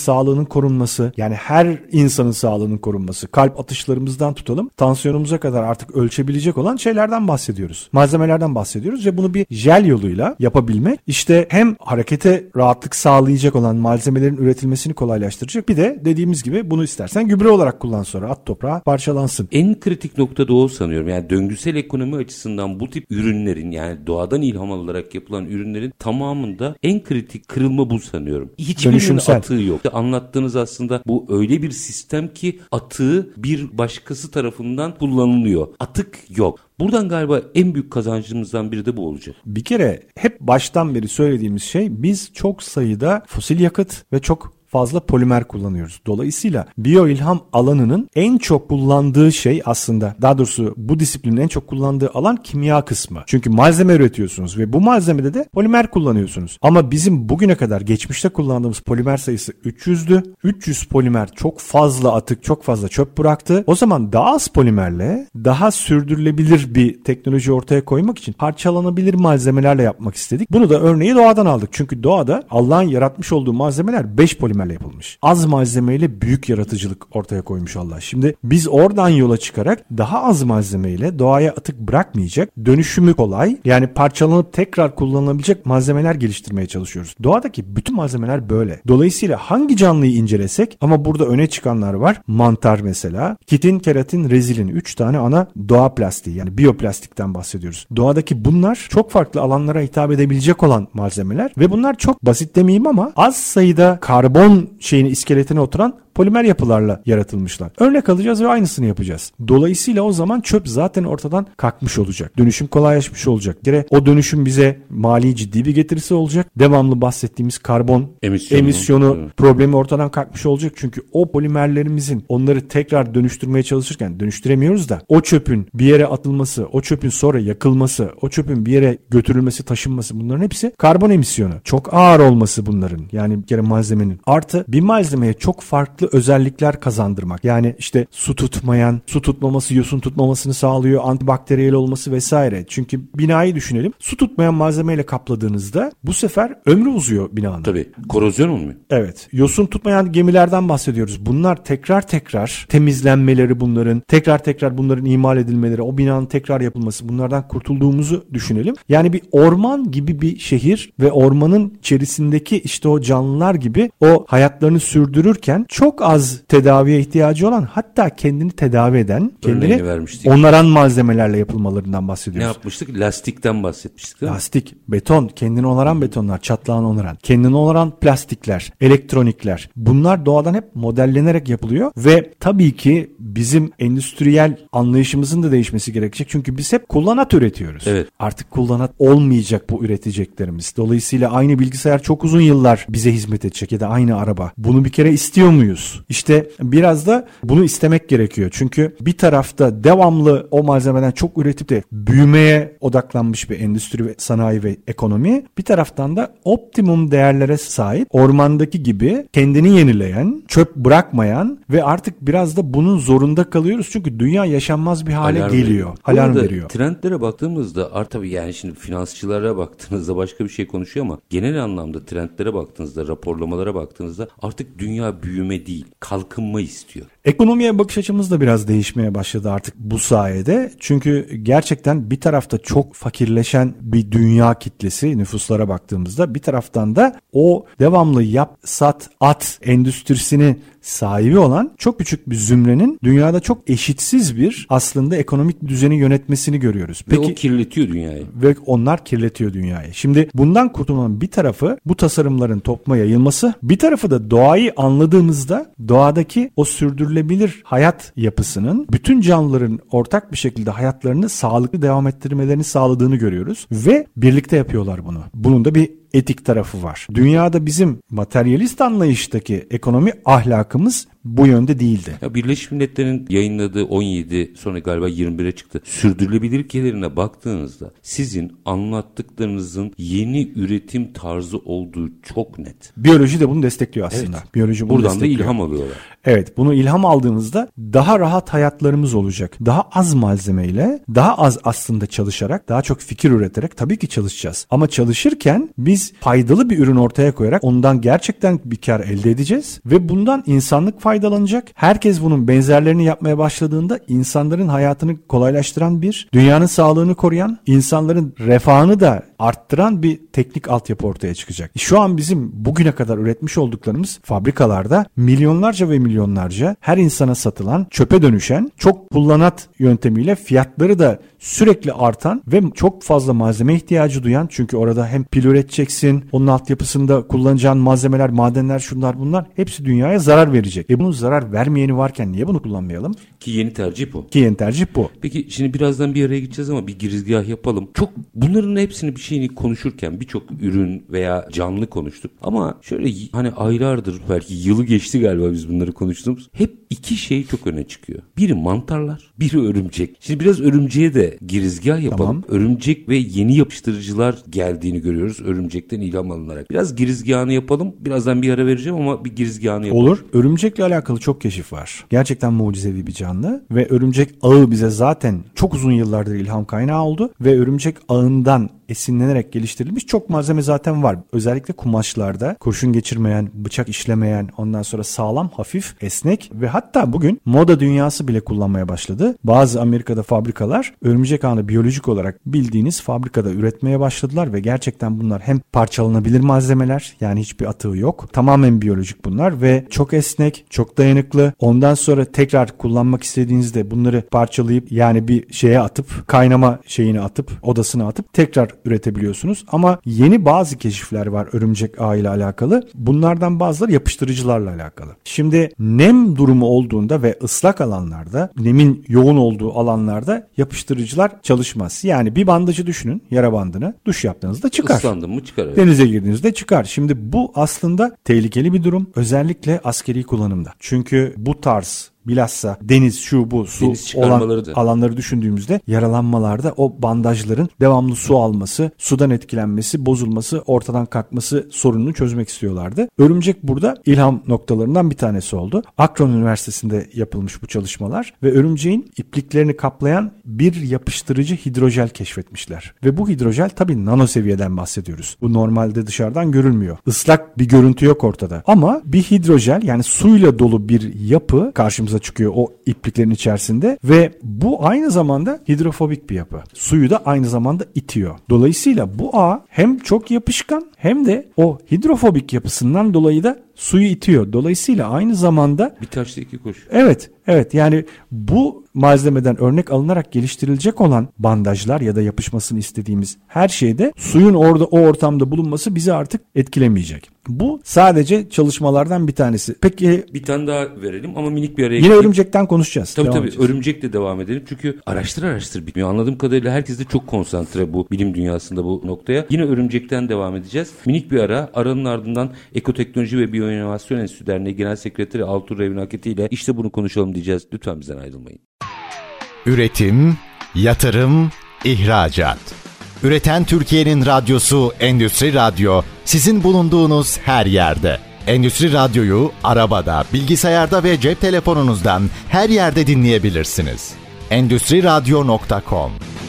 sağlığının korunması, yani her insanın sağlığının korunması, kalp atışlarımızdan tutalım tansiyonumuza kadar artık ölçebilecek olan şeylerden bahsediyoruz. Malzemelerden bahsediyoruz ve bunu bir jel yoluyla yapabilmek işte hem harekete rahatlık sağlayacak olan malzemelerin üretilmesini kolaylaştıracak, bir de dediğimiz gibi bunu istersen gübre olarak kullan, sonra at toprağa parçalansın. En kritik nokta da o sanıyorum. Yani döngüsel ekonomi açısından bu tip ürünlerin, yani doğadan ilham alınarak yapılan ürünlerin tamamında en kritik kırılma bu sanıyorum. Hiçbirinin atığı yok. Anlattığınız aslında bu öyle bir sistem ki atığı bir başkası tarafından kullanılıyor. Atık yok. Buradan galiba en büyük kazancımızdan biri de bu olacak. Bir kere hep baştan beri söylediğimiz şey, biz çok sayıda fosil yakıt ve çok fazla polimer kullanıyoruz. Dolayısıyla biyo ilham alanının en çok kullandığı şey aslında, daha doğrusu bu disiplinin en çok kullandığı alan kimya kısmı. Çünkü malzeme üretiyorsunuz ve bu malzemede de polimer kullanıyorsunuz. Ama bizim bugüne kadar geçmişte kullandığımız polimer sayısı üç yüzdü. üç yüz polimer çok fazla atık, çok fazla çöp bıraktı. O zaman daha az polimerle daha sürdürülebilir bir teknoloji ortaya koymak için parçalanabilir malzemelerle yapmak istedik. Bunu da örneği doğadan aldık. Çünkü doğada Allah'ın yaratmış olduğu malzemeler beş polimer yapılmış. Az malzemeyle büyük yaratıcılık ortaya koymuş Allah. Şimdi biz oradan yola çıkarak daha az malzemeyle doğaya atık bırakmayacak, dönüşümü kolay, yani parçalanıp tekrar kullanılabilecek malzemeler geliştirmeye çalışıyoruz. Doğadaki bütün malzemeler böyle. Dolayısıyla hangi canlıyı incelesek, ama burada öne çıkanlar var. Mantar mesela. Kitin, keratin, rezilin. Üç tane ana doğa plastiği, yani biyoplastikten bahsediyoruz. Doğadaki bunlar çok farklı alanlara hitap edebilecek olan malzemeler ve bunlar çok basit demeyeyim ama az sayıda karbon şeyini, iskeletine oturan polimer yapılarla yaratılmışlar. Örnek alacağız ve aynısını yapacağız. Dolayısıyla o zaman çöp zaten ortadan kalkmış olacak. Dönüşüm kolaylaşmış olacak. Gene o dönüşüm bize mali ciddi bir getirisi olacak. Devamlı bahsettiğimiz karbon emisyonu, emisyonu evet. problemi ortadan kalkmış olacak. Çünkü o polimerlerimizin onları tekrar dönüştürmeye çalışırken dönüştüremiyoruz da o çöpün bir yere atılması, o çöpün sonra yakılması, o çöpün bir yere götürülmesi, taşınması, bunların hepsi karbon emisyonu. Çok ağır olması bunların. Yani bir kere malzemenin. Artı bir malzemeye çok farklı özellikler kazandırmak. Yani işte su tutmayan, su tutmaması, yosun tutmamasını sağlıyor, antibakteriyel olması vesaire. Çünkü binayı düşünelim. Su tutmayan malzemeyle kapladığınızda bu sefer ömrü uzuyor binanın. Tabii. Korozyon olmuyor. Evet. Yosun tutmayan gemilerden bahsediyoruz. Bunlar tekrar tekrar temizlenmeleri, bunların tekrar tekrar bunların imal edilmeleri, o binanın tekrar yapılması, bunlardan kurtulduğumuzu düşünelim. Yani bir orman gibi bir şehir ve ormanın içerisindeki işte o canlılar gibi o hayatlarını sürdürürken çok az tedaviye ihtiyacı olan, hatta kendini tedavi eden, kendini onaran malzemelerle yapılmalarından bahsediyoruz. Ne yapmıştık? Lastikten bahsetmiştik değil mi? Lastik, beton, kendini onaran betonlar, çatlağını onaran, kendini onaran plastikler, elektronikler. Bunlar doğadan hep modellenerek yapılıyor ve tabii ki bizim endüstriyel anlayışımızın da değişmesi gerekecek. Çünkü biz hep kullanat üretiyoruz. Evet. Artık kullanat olmayacak bu üreteceklerimiz. Dolayısıyla aynı bilgisayar çok uzun yıllar bize hizmet edecek ya da aynı araba. Bunu bir kere istiyor muyuz? İşte biraz da bunu istemek gerekiyor. Çünkü bir tarafta devamlı o malzemeden çok üretip de büyümeye odaklanmış bir endüstri ve sanayi ve ekonomi, bir taraftan da optimum değerlere sahip, ormandaki gibi kendini yenileyen, çöp bırakmayan ve artık biraz da bunun zorunda kalıyoruz. Çünkü dünya yaşanmaz bir hale Alarm geliyor. veriyor. Alarm veriyor. Trendlere baktığımızda art tabii, yani şimdi finansçılara baktığınızda başka bir şey konuşuyor ama genel anlamda trendlere baktığınızda, raporlamalara baktığınızda artık dünya büyüme değil, kalkınma istiyor. Ekonomiye bakış açımız da biraz değişmeye başladı artık bu sayede. Çünkü gerçekten bir tarafta çok fakirleşen bir dünya kitlesi, nüfuslara baktığımızda, bir taraftan da o devamlı yap, sat, at endüstrisini sahibi olan çok küçük bir zümrenin dünyada çok eşitsiz bir aslında ekonomik düzeni yönetmesini görüyoruz. Peki, ve o kirletiyor dünyayı. Ve onlar kirletiyor dünyayı. Şimdi bundan kurtulmanın bir tarafı bu tasarımların topluma yayılması, bir tarafı da doğayı anladığımızda doğadaki o sürdürülebilir hayat yapısının bütün canlıların ortak bir şekilde hayatlarını sağlıklı devam ettirmelerini sağladığını görüyoruz ve birlikte yapıyorlar bunu. Bunun da bir etik tarafı var. Dünyada bizim materyalist anlayıştaki ekonomi ahlakımız bu yönde değildi. Ya Birleşmiş Milletler'in yayınladığı on yedi, sonra galiba yirmi bire çıktı. Sürdürülebilir gelirine baktığınızda sizin anlattıklarınızın yeni üretim tarzı olduğu çok net. Biyoloji de bunu destekliyor aslında. Evet. Biyoloji bunu Buradan destekliyor. da ilham alıyorlar. Evet, bunu ilham aldığımızda daha rahat hayatlarımız olacak. Daha az malzemeyle, daha az aslında çalışarak, daha çok fikir üreterek tabii ki çalışacağız. Ama çalışırken biz faydalı bir ürün ortaya koyarak ondan gerçekten bir kar elde edeceğiz ve bundan insanlık faydalanacak. Herkes bunun benzerlerini yapmaya başladığında insanların hayatını kolaylaştıran bir, dünyanın sağlığını koruyan, insanların refahını da arttıran bir teknik altyapı ortaya çıkacak. Şu an bizim bugüne kadar üretmiş olduklarımız fabrikalarda milyonlarca ve milyonlarca her insana satılan, çöpe dönüşen, çok kullanat yöntemiyle fiyatları da sürekli artan ve çok fazla malzeme ihtiyacı duyan, çünkü orada hem pil üreteceksin, onun altyapısında kullanacağın malzemeler, madenler, şunlar bunlar hepsi dünyaya zarar verecek. E bunun zarar vermeyeni varken niye bunu kullanmayalım? Ki yeni tercih bu. Ki yeni tercih bu. Peki şimdi birazdan bir araya gideceğiz ama bir girizgah yapalım. Çok bunların hepsini bir şeyini konuşurken birçok ürün veya canlı konuştuk. Ama şöyle hani aylardır, belki yılı geçti galiba biz bunları konuştuğumuz. Hep iki şey çok öne çıkıyor. Biri mantarlar, biri örümcek. Şimdi biraz örümceğe de girizgah yapalım. Tamam. Örümcek ve yeni yapıştırıcılar geldiğini görüyoruz. Örümcekten ilham alınarak. Biraz girizgahını yapalım. Birazdan bir ara vereceğim ama bir girizgahını yapalım. Olur. Örümcekle alakalı çok keşif var. Gerçekten mucizevi bir canlı ve örümcek ağı bize zaten çok uzun yıllardır ilham kaynağı oldu ve örümcek ağından esinlenerek geliştirilmiş çok malzeme zaten var. Özellikle kumaşlarda kurşun geçirmeyen, bıçak işlemeyen, ondan sonra sağlam, hafif, esnek ve hatta bugün moda dünyası bile kullanmaya başladı. Bazı Amerika'da fabrikalar örümcek ağını biyolojik olarak bildiğiniz fabrikada üretmeye başladılar ve gerçekten bunlar hem parçalanabilir malzemeler, yani hiçbir atığı yok. Tamamen biyolojik bunlar ve çok esnek, çok dayanıklı. Ondan sonra tekrar kullanmak istediğinizde bunları parçalayıp, yani bir şeye atıp, kaynama şeyini atıp, odasına atıp tekrar üretebiliyorsunuz. Ama yeni bazı keşifler var örümcek ağı ile alakalı. Bunlardan bazıları yapıştırıcılarla alakalı. Şimdi nem durumu olduğunda ve ıslak alanlarda, nemin yoğun olduğu alanlarda yapıştırıcılar çalışmaz. Yani bir bandajı düşünün, yara bandını, duş yaptığınızda çıkar. Islandın mı çıkar. Evet. Denize girdiğinizde çıkar. Şimdi bu aslında tehlikeli bir durum. Özellikle askeri kullanımda. Çünkü bu tarz, bilhassa deniz, şu bu su deniz olan da. alanları düşündüğümüzde yaralanmalarda o bandajların devamlı su alması, sudan etkilenmesi, bozulması, ortadan kalkması sorununu çözmek istiyorlardı. Örümcek burada ilham noktalarından bir tanesi oldu. Akron Üniversitesi'nde yapılmış bu çalışmalar ve örümceğin ipliklerini kaplayan bir yapıştırıcı hidrojel keşfetmişler. Ve bu hidrojel tabii nano seviyeden bahsediyoruz. Bu normalde dışarıdan görülmüyor. Islak bir görüntü yok ortada. Ama bir hidrojel, yani suyla dolu bir yapı karşımıza çıkıyor o ipliklerin içerisinde ve bu aynı zamanda hidrofobik bir yapı. Suyu da aynı zamanda itiyor. Dolayısıyla bu ağ hem çok yapışkan hem de o hidrofobik yapısından dolayı da suyu itiyor. Dolayısıyla aynı zamanda bir taşla iki kuş. Evet, evet. Yani bu malzemeden örnek alınarak geliştirilecek olan bandajlar ya da yapışmasını istediğimiz her şeyde suyun orada, o ortamda bulunması bizi artık etkilemeyecek. Bu sadece çalışmalardan bir tanesi. Peki bir tane daha verelim ama minik bir araya yine gideyim. Örümcekten konuşacağız. Tabii devam tabii edeceğiz. örümcekle devam edelim. Çünkü araştır araştır bitmiyor. Anladığım kadarıyla herkes de çok konsantre bu bilim dünyasında bu noktaya. Yine örümcekten devam edeceğiz. Minik bir ara. Aranın ardından Ekoteknoloji ve Biyoinovasyon Enstitüsü Derneği Genel Sekreteri Altuğ Revnaketi ile işte bunu konuşalım diyeceğiz. Lütfen bizden ayrılmayın. Üretim, yatırım, ihracat. Üreten Türkiye'nin radyosu Endüstri Radyo, sizin bulunduğunuz her yerde. Endüstri Radyo'yu arabada, bilgisayarda ve cep telefonunuzdan her yerde dinleyebilirsiniz. endüstri radyo nokta com.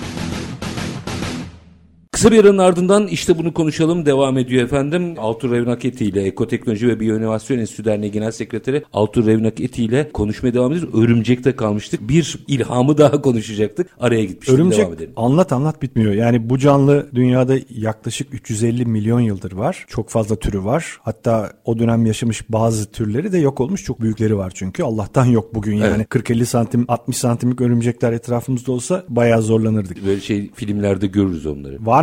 Kısa bir aranın ardından işte bunu konuşalım devam ediyor efendim. Altuğ Revnaketi ile Ekoteknoloji ve Biyoinovasyon Enstitüsü Derneği Genel Sekreteri Altuğ Revnaketi ile konuşmaya devam ediyoruz. Örümcekte kalmıştık. Bir ilhamı daha konuşacaktık. Araya gitmiştik. Örümcek devam edelim. anlat anlat bitmiyor. Yani bu canlı dünyada yaklaşık üç yüz elli milyon yıldır var. Çok fazla türü var. Hatta o dönem yaşamış bazı türleri de yok olmuş. Çok büyükleri var çünkü. Allah'tan yok bugün yani. Evet. kırk elli santim, altmış santimlik örümcekler etrafımızda olsa bayağı zorlanırdık. Böyle şey filmlerde görürüz onları. Var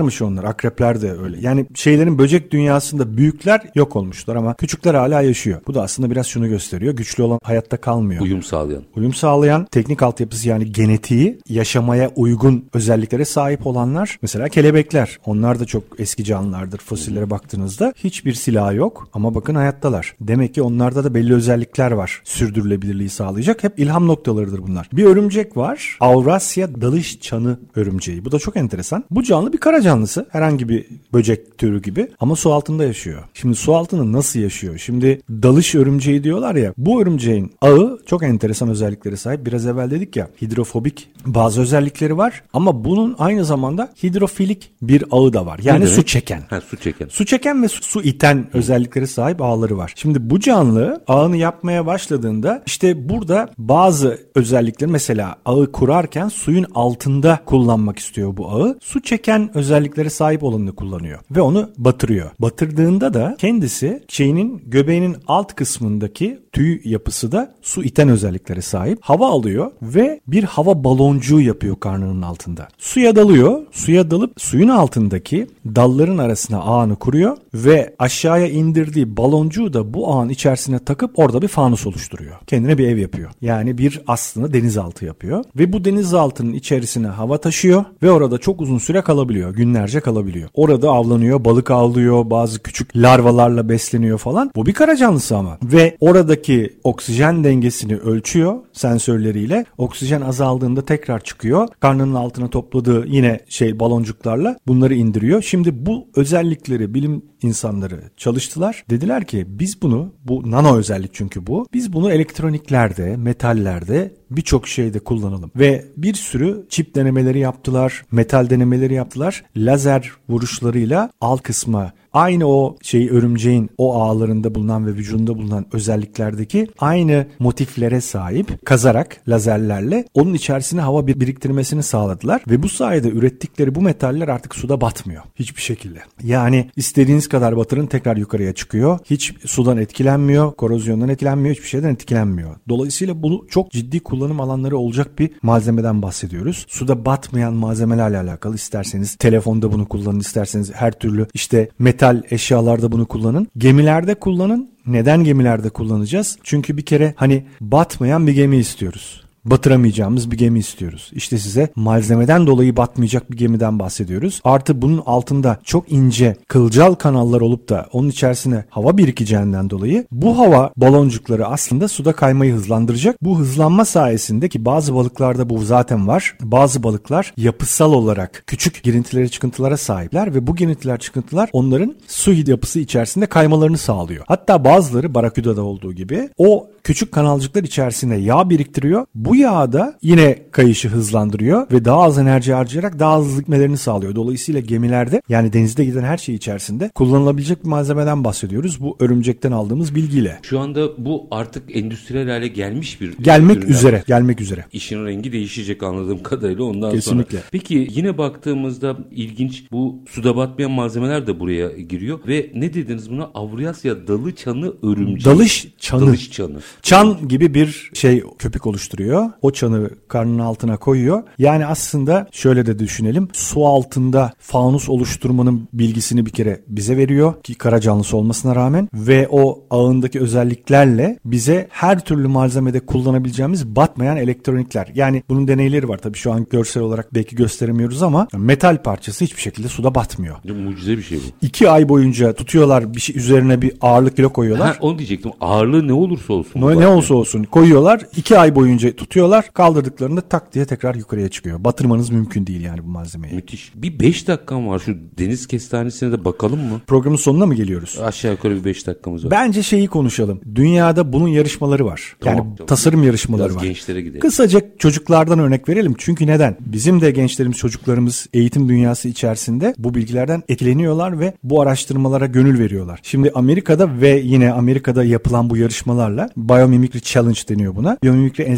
varmış onlar. Akrepler de öyle. Yani şeylerin böcek dünyasında büyükler yok olmuşlar ama küçükler hala yaşıyor. Bu da aslında biraz şunu gösteriyor. Güçlü olan hayatta kalmıyor. Uyum sağlayan. Uyum sağlayan, teknik altyapısı yani genetiği yaşamaya uygun özelliklere sahip olanlar. Mesela kelebekler. Onlar da çok eski canlılardır. Fosillere baktığınızda hiçbir silahı yok ama bakın hayattalar. Demek ki onlarda da belli özellikler var. Sürdürülebilirliği sağlayacak. Hep ilham noktalarıdır bunlar. Bir örümcek var. Avrasya dalış çanı örümceği. Bu da çok enteresan. Bu canlı bir kara canlısı. Herhangi bir böcek türü gibi ama su altında yaşıyor. Şimdi su altında nasıl yaşıyor? Şimdi dalış örümceği diyorlar ya. Bu örümceğin ağı çok enteresan özelliklere sahip. Biraz evvel dedik ya, hidrofobik bazı özellikleri var ama bunun aynı zamanda hidrofilik bir ağı da var. Yani su çeken. Ha, su çeken. Su çeken ve su, su iten özelliklere sahip ağları var. Şimdi bu canlı ağını yapmaya başladığında işte burada bazı özellikleri, mesela ağı kurarken suyun altında kullanmak istiyor bu ağı. Su çeken özelliklere sahip olanını kullanıyor ve onu batırıyor. Batırdığında da kendisi şeyinin göbeğinin alt kısmındaki tüy yapısı da su iten özelliklere sahip. Hava alıyor ve bir hava baloncuğu yapıyor karnının altında. Suya dalıyor. Suya dalıp suyun altındaki dalların arasına ağını kuruyor ve aşağıya indirdiği baloncuğu da bu ağın içerisine takıp orada bir fanus oluşturuyor. Kendine bir ev yapıyor. Yani bir aslında denizaltı yapıyor ve bu denizaltının içerisine hava taşıyor ve orada çok uzun süre kalabiliyor. Günlerce kalabiliyor. Orada avlanıyor, balık avlıyor, bazı küçük larvalarla besleniyor falan. Bu bir kara canlısı ama. Ve oradaki oksijen dengesini ölçüyor sensörleriyle. Oksijen azaldığında tekrar çıkıyor. Karnının altına topladığı yine şey baloncuklarla bunları indiriyor. Şimdi bu özellikleri bilim insanları çalıştılar. Dediler ki biz bunu, bu nano özellik çünkü bu. Biz bunu elektroniklerde, metallerde, birçok şeyde kullanalım. Ve bir sürü çip denemeleri yaptılar, metal denemeleri yaptılar. Lazer vuruşlarıyla alt kısma aynı o şey örümceğin o ağlarında bulunan ve vücudunda bulunan özelliklerdeki aynı motiflere sahip kazarak lazerlerle onun içerisine hava biriktirmesini sağladılar. Ve bu sayede ürettikleri bu metaller artık suda batmıyor. Hiçbir şekilde. Yani istediğiniz kadar batırın tekrar yukarıya çıkıyor. Hiç sudan etkilenmiyor, korozyondan etkilenmiyor, hiçbir şeyden etkilenmiyor. Dolayısıyla bunu çok ciddi kullanım alanları olacak bir malzemeden bahsediyoruz. Suda batmayan malzemelerle alakalı isterseniz telefonda bunu kullanın, isterseniz her türlü işte metal eşyalarda bunu kullanın. Gemilerde kullanın. Neden gemilerde kullanacağız? Çünkü bir kere hani batmayan bir gemi istiyoruz. Batıramayacağımız bir gemi istiyoruz. İşte size malzemeden dolayı batmayacak bir gemiden bahsediyoruz. Artı bunun altında çok ince kılcal kanallar olup da onun içerisine hava birikeceğinden dolayı bu hava baloncukları aslında suda kaymayı hızlandıracak. Bu hızlanma sayesinde ki bazı balıklarda bu zaten var. Bazı balıklar yapısal olarak küçük girintilere çıkıntılara sahipler ve bu girintiler çıkıntılar onların su yapısı içerisinde kaymalarını sağlıyor. Hatta bazıları baraküdada olduğu gibi o küçük kanalcıklar içerisine yağ biriktiriyor. Bu yağ da yine kayışı hızlandırıyor ve daha az enerji harcayarak daha hızlı gitmelerini sağlıyor. Dolayısıyla gemilerde yani denizde giden her şey içerisinde kullanılabilecek bir malzemeden bahsediyoruz. Bu örümcekten aldığımız bilgiyle. Şu anda bu artık endüstriyel hale gelmiş bir gelmek ürünler. üzere, gelmek üzere. İşin rengi değişecek anladığım kadarıyla ondan Kesinlikle. sonra. Peki yine baktığımızda ilginç bu suda batmayan malzemeler de buraya giriyor ve ne dediniz buna? Avrasya dalı çanı örümceği. Dalış çanı. Dalış çanı. Çan gibi bir şey köpük oluşturuyor. O çanı karnının altına koyuyor. Yani aslında şöyle de düşünelim. Su altında fanus oluşturmanın bilgisini bir kere bize veriyor ki kara canlısı olmasına rağmen ve o ağındaki özelliklerle bize her türlü malzemede kullanabileceğimiz batmayan elektronikler. Yani bunun deneyleri var. Tabii şu an görsel olarak belki gösteremiyoruz ama metal parçası hiçbir şekilde suda batmıyor. Mucize bir şey bu. İki ay boyunca tutuyorlar bir şey üzerine bir ağırlık kilo koyuyorlar. Ha, onu diyecektim. Ağırlığı ne olursa olsun. Ne, ne olsa olsun koyuyorlar. iki ay boyunca tutuyorlar. Kaldırdıklarında tak diye tekrar yukarıya çıkıyor. Batırmanız mümkün değil yani bu malzemeyi. Müthiş. Bir beş dakikam var. Şu deniz kestanesine de bakalım mı? Programın sonuna mı geliyoruz? Aşağı yukarı bir beş dakikamız var. Bence şeyi konuşalım. Dünyada bunun yarışmaları var. Tamam, yani tamam. tasarım yarışmaları Biraz var. gençlere gidelim. Kısaca çocuklardan örnek verelim. Çünkü neden? Bizim de gençlerimiz, çocuklarımız eğitim dünyası içerisinde bu bilgilerden etkileniyorlar ve bu araştırmalara gönül veriyorlar. Şimdi Amerika'da ve yine Amerika'da yapılan bu yarışmalarla Biomimicry Challenge deniyor buna. Biyomimikri Enstitüsü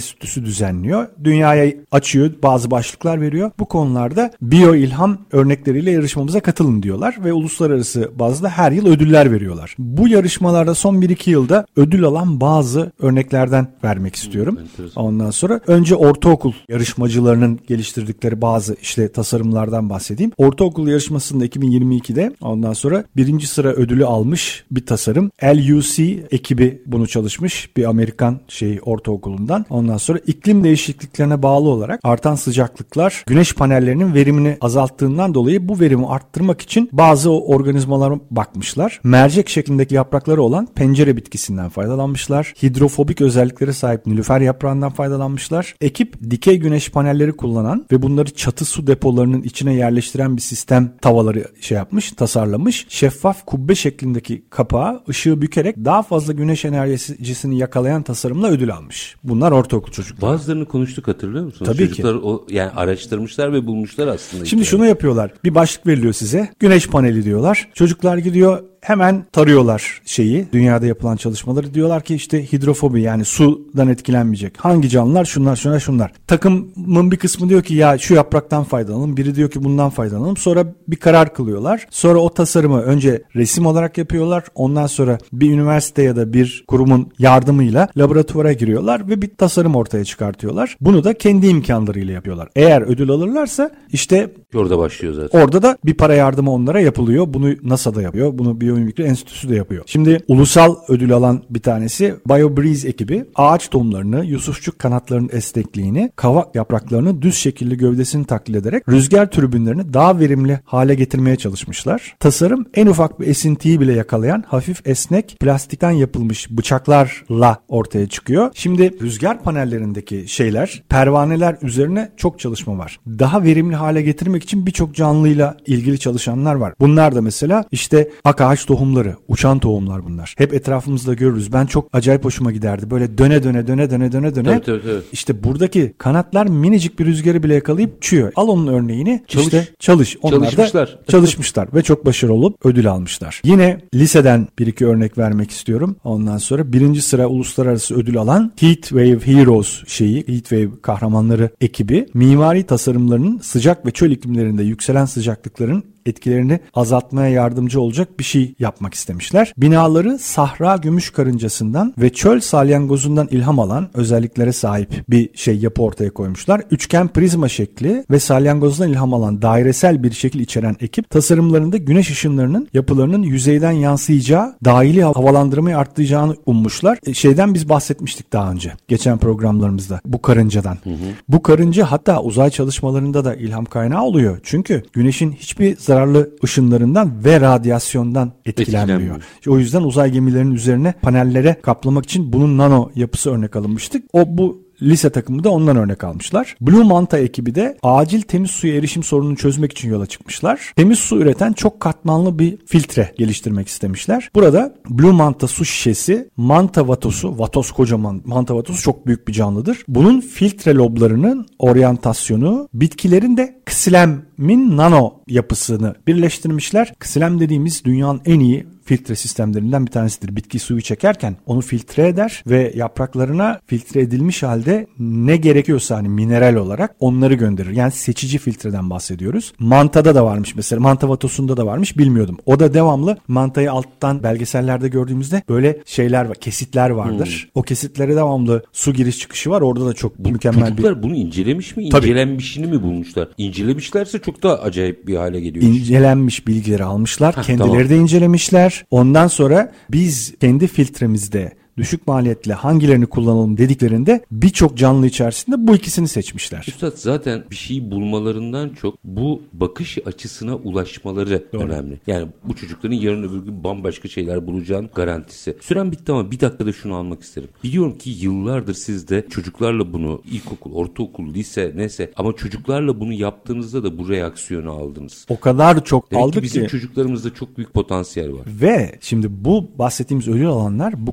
enstitü düzenliyor. Dünyaya açıyor, bazı başlıklar veriyor. Bu konularda biyo ilham örnekleriyle yarışmamıza katılın diyorlar ve uluslararası bazda her yıl ödüller veriyorlar. Bu yarışmalarda son bir iki yılda ödül alan bazı örneklerden vermek istiyorum. Hmm, Ondan sonra önce ortaokul yarışmacılarının geliştirdikleri bazı işte tasarımlardan bahsedeyim. Ortaokul yarışmasında iki bin yirmi ikide ondan sonra birinci sıra ödülü almış bir tasarım. L U C ekibi bunu çalışmış. Bir Amerikan şeyi ortaokulundan. Ondan sonra iklim değişikliklerine bağlı olarak artan sıcaklıklar güneş panellerinin verimini azalttığından dolayı bu verimi arttırmak için bazı organizmalara bakmışlar. Mercek şeklindeki yaprakları olan pencere bitkisinden faydalanmışlar. Hidrofobik özelliklere sahip nilüfer yaprağından faydalanmışlar. Ekip dikey güneş panelleri kullanan ve bunları çatı su depolarının içine yerleştiren bir sistem tavaları şey yapmış, tasarlamış. Şeffaf kubbe şeklindeki kapağı ışığı bükerek daha fazla güneş enerjisini yakalayan tasarımla ödül almış. Bunlar ortaokul çocuklar. Bazılarını konuştuk, hatırlıyor musunuz? Tabii Çocuklar ki. o, yani araştırmışlar ve bulmuşlar aslında. Şimdi şunu yapıyorlar. Bir başlık veriliyor size. Güneş paneli diyorlar. Çocuklar gidiyor, hemen tarıyorlar şeyi, dünyada yapılan çalışmaları. Diyorlar ki işte hidrofobi, yani sudan etkilenmeyecek. Hangi canlılar? Şunlar, şunlar, şunlar. Takımın bir kısmı diyor ki ya şu yapraktan faydalanalım. Biri diyor ki bundan faydalanalım. Sonra bir karar kılıyorlar. Sonra o tasarımı önce resim olarak yapıyorlar. Ondan sonra bir üniversite ya da bir kurumun yardımıyla laboratuvara giriyorlar ve bir tasarım ortaya çıkartıyorlar. Bunu da kendi imkanlarıyla yapıyorlar. Eğer ödül alırlarsa işte orada başlıyor zaten. Orada da bir para yardımı onlara yapılıyor. Bunu NASA'da yapıyor. Bunu Biyomimikri Enstitüsü de yapıyor. Şimdi ulusal ödül alan bir tanesi BioBreeze ekibi ağaç tohumlarını, yusufçuk kanatlarının esnekliğini, kavak yapraklarını, düz şekilli gövdesini taklit ederek rüzgar türbinlerini daha verimli hale getirmeye çalışmışlar. Tasarım en ufak bir esintiyi bile yakalayan hafif esnek plastikten yapılmış bıçaklarla ortaya çıkıyor. Şimdi rüzgar panellerindeki şeyler, pervaneler üzerine çok çalışma var. Daha verimli hale getirmek için birçok canlıyla ilgili çalışanlar var. Bunlar da mesela işte ak ağaç tohumları, uçan tohumlar bunlar. Hep etrafımızda görürüz. Ben çok acayip hoşuma giderdi. Böyle döne döne döne döne döne döne. Tabii, tabii, tabii. İşte buradaki kanatlar minicik bir rüzgarı bile yakalayıp uçuyor. Al onun örneğini. Çalış. İşte çalış. Onlar çalışmışlar. da çalışmışlar ve çok başarılı olup ödül almışlar. Yine liseden bir iki örnek vermek istiyorum. Ondan sonra birinci sıra uluslararası ödül alan Heatwave Heroes şeyi, Heatwave kahramanları ekibi mimari tasarımlarının sıcak ve çöl iklimlerinde yükselen sıcaklıkların etkilerini azaltmaya yardımcı olacak bir şey yapmak istemişler. Binaları sahra gümüş karıncasından ve çöl salyangozundan ilham alan özelliklere sahip bir şey yapı ortaya koymuşlar. Üçgen prizma şekli ve salyangozdan ilham alan dairesel bir şekil içeren ekip tasarımlarında güneş ışınlarının yapılarının yüzeyden yansıyacağı, dahili havalandırmayı arttıracağını ummuşlar. E, şeyden biz bahsetmiştik daha önce. Geçen programlarımızda. Bu karıncadan. Hı hı. Bu karınca hatta uzay çalışmalarında da ilham kaynağı oluyor. Çünkü güneşin hiçbir zararlı ışınlarından ve radyasyondan etkilenmiyor. Etkilenmiyor. O yüzden uzay gemilerinin üzerine panellere kaplamak için bunun nano yapısı örnek alınmıştık. O bu lise takımı da ondan örnek almışlar. Blue Manta ekibi de acil temiz suya erişim sorununu çözmek için yola çıkmışlar. Temiz su üreten çok katmanlı bir filtre geliştirmek istemişler. Burada Blue Manta su şişesi, manta vatosu, vatos kocaman, manta vatosu çok büyük bir canlıdır. Bunun filtre loblarının oryantasyonu, bitkilerin de ksilemin nano yapısını birleştirmişler. Ksilem dediğimiz dünyanın en iyi filtre sistemlerinden bir tanesidir. Bitki suyu çekerken onu filtre eder ve yapraklarına filtre edilmiş halde ne gerekiyorsa hani mineral olarak onları gönderir. Yani seçici filtreden bahsediyoruz. Mantada da varmış mesela. Manta vatosunda da varmış, bilmiyordum. O da devamlı mantayı alttan belgesellerde gördüğümüzde böyle şeyler var, kesitler vardır. Hmm. O kesitlere devamlı su giriş çıkışı var. Orada da çok bu, mükemmel bir... Çocuklar bunu incelemiş mi? Tabii. İncelenmişini mi bulmuşlar? İncelemişlerse çok da acayip bir hale geliyor. İncelenmiş bilgileri almışlar. Heh, kendileri tamam. de incelemişler. Ondan sonra biz kendi filtremizde düşük maliyetle hangilerini kullanalım dediklerinde birçok canlı içerisinde bu ikisini seçmişler. Üstad zaten bir şeyi bulmalarından çok bu bakış açısına ulaşmaları Doğru. önemli. Yani bu çocukların yarın öbür gün bambaşka şeyler bulacağın garantisi. Süren bitti ama bir dakikada şunu almak isterim. Biliyorum ki yıllardır siz de çocuklarla bunu ilkokul, ortaokul, lise neyse ama çocuklarla bunu yaptığınızda da bu reaksiyonu aldınız. O kadar çok Demek aldık ki bizim ki. çocuklarımızda çok büyük potansiyel var. Ve şimdi bu bahsettiğimiz ödül alanlar bu konuda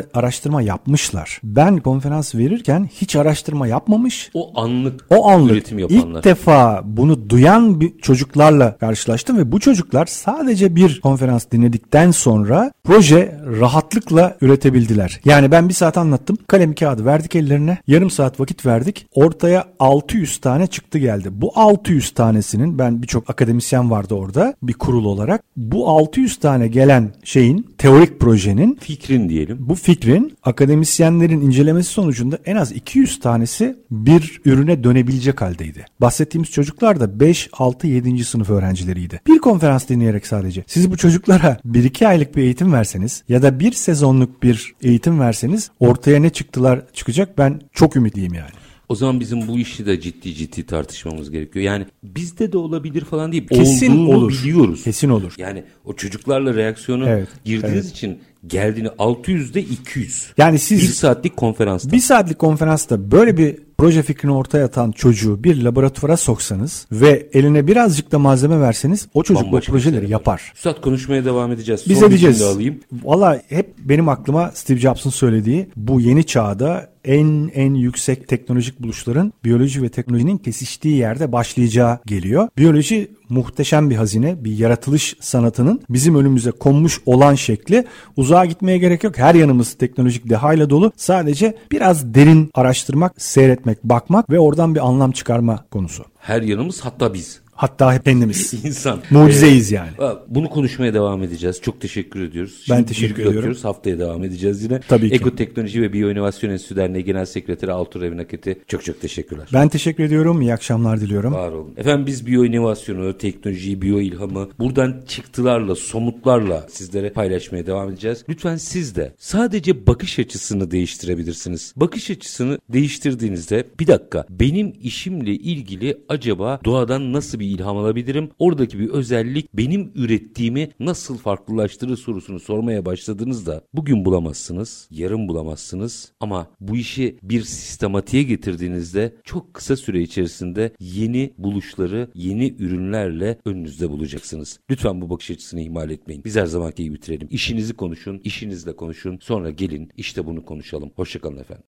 araştırma yapmışlar. Ben konferans verirken hiç araştırma yapmamış. O anlık, o anlık üretim yapanlar. İlk defa bunu duyan bir çocuklarla karşılaştım ve bu çocuklar sadece bir konferans dinledikten sonra proje rahatlıkla üretebildiler. Yani ben bir saat anlattım. Kalem kağıdı verdik ellerine. Yarım saat vakit verdik. Ortaya altı yüz tane çıktı geldi. Bu altı yüz tanesinin, ben birçok akademisyen vardı orada bir kurul olarak. Bu altı yüz tane gelen şeyin, teorik projenin, fikrin diyelim. Bu fikrin akademisyenlerin incelemesi sonucunda en az iki yüz tanesi bir ürüne dönebilecek haldeydi. Bahsettiğimiz çocuklar da beş, altı, yedinci sınıf öğrencileriydi. Bir konferans dinleyerek sadece. Siz bu çocuklara bir iki aylık bir eğitim verseniz ya da bir sezonluk bir eğitim verseniz ortaya ne çıktılar çıkacak, ben çok ümitliyim yani. O zaman bizim bu işi de ciddi ciddi tartışmamız gerekiyor. Yani bizde de olabilir falan değil. Kesin Olduğunu olur. biliyoruz. Kesin olur. Yani o çocuklarla reaksiyonu Evet, girdiğiniz evet. için geldiğini altı yüzde iki yüz. Yani siz bir saatlik konferansta. Bir saatlik konferansta böyle bir proje fikrini ortaya atan çocuğu bir laboratuvara soksanız ve eline birazcık da malzeme verseniz o çocuk Bambaşka o projeleri bir şey yapar. Üstad, konuşmaya devam edeceğiz. Biz Son edeceğiz. bir alayım. Valla hep benim aklıma Steve Jobs'ın söylediği, bu yeni çağda en en yüksek teknolojik buluşların biyoloji ve teknolojinin kesiştiği yerde başlayacağı geliyor. Biyoloji muhteşem bir hazine, bir yaratılış sanatının bizim önümüze konmuş olan şekli. Uzağa gitmeye gerek yok. Her yanımız teknolojik dehayla dolu. Sadece biraz derin araştırmak, seyretmek, bakmak ve oradan bir anlam çıkarma konusu. Her yanımız, hatta biz. Hatta hep kendimiz. İnsan. Mucizeyiz yani. Bunu konuşmaya devam edeceğiz. Çok teşekkür ediyoruz. Ben Şimdi teşekkür virgül ediyorum. atıyoruz. Haftaya devam edeceğiz yine. Tabii ki. Ekoteknoloji ve Biyoinovasyon Enstitüsü Derneği Genel Sekreteri Altur Evinaketi, çok çok teşekkürler. Ben teşekkür ediyorum. İyi akşamlar diliyorum. Var olun. Efendim, biz biyoinovasyonu, teknolojiyi, biyoilhamı buradan çıktılarla, somutlarla sizlere paylaşmaya devam edeceğiz. Lütfen siz de sadece bakış açısını değiştirebilirsiniz. Bakış açısını değiştirdiğinizde, bir dakika, benim işimle ilgili acaba doğadan nasıl bir ilham alabilirim? Oradaki bir özellik benim ürettiğimi nasıl farklılaştırır sorusunu sormaya başladığınızda bugün bulamazsınız, yarın bulamazsınız ama bu işi bir sistematiğe getirdiğinizde çok kısa süre içerisinde yeni buluşları, yeni ürünlerle önünüzde bulacaksınız. Lütfen bu bakış açısını ihmal etmeyin. Biz her zamanki gibi bitirelim. İşinizi konuşun, işinizle konuşun. Sonra gelin işte bunu konuşalım. Hoşça kalın efendim.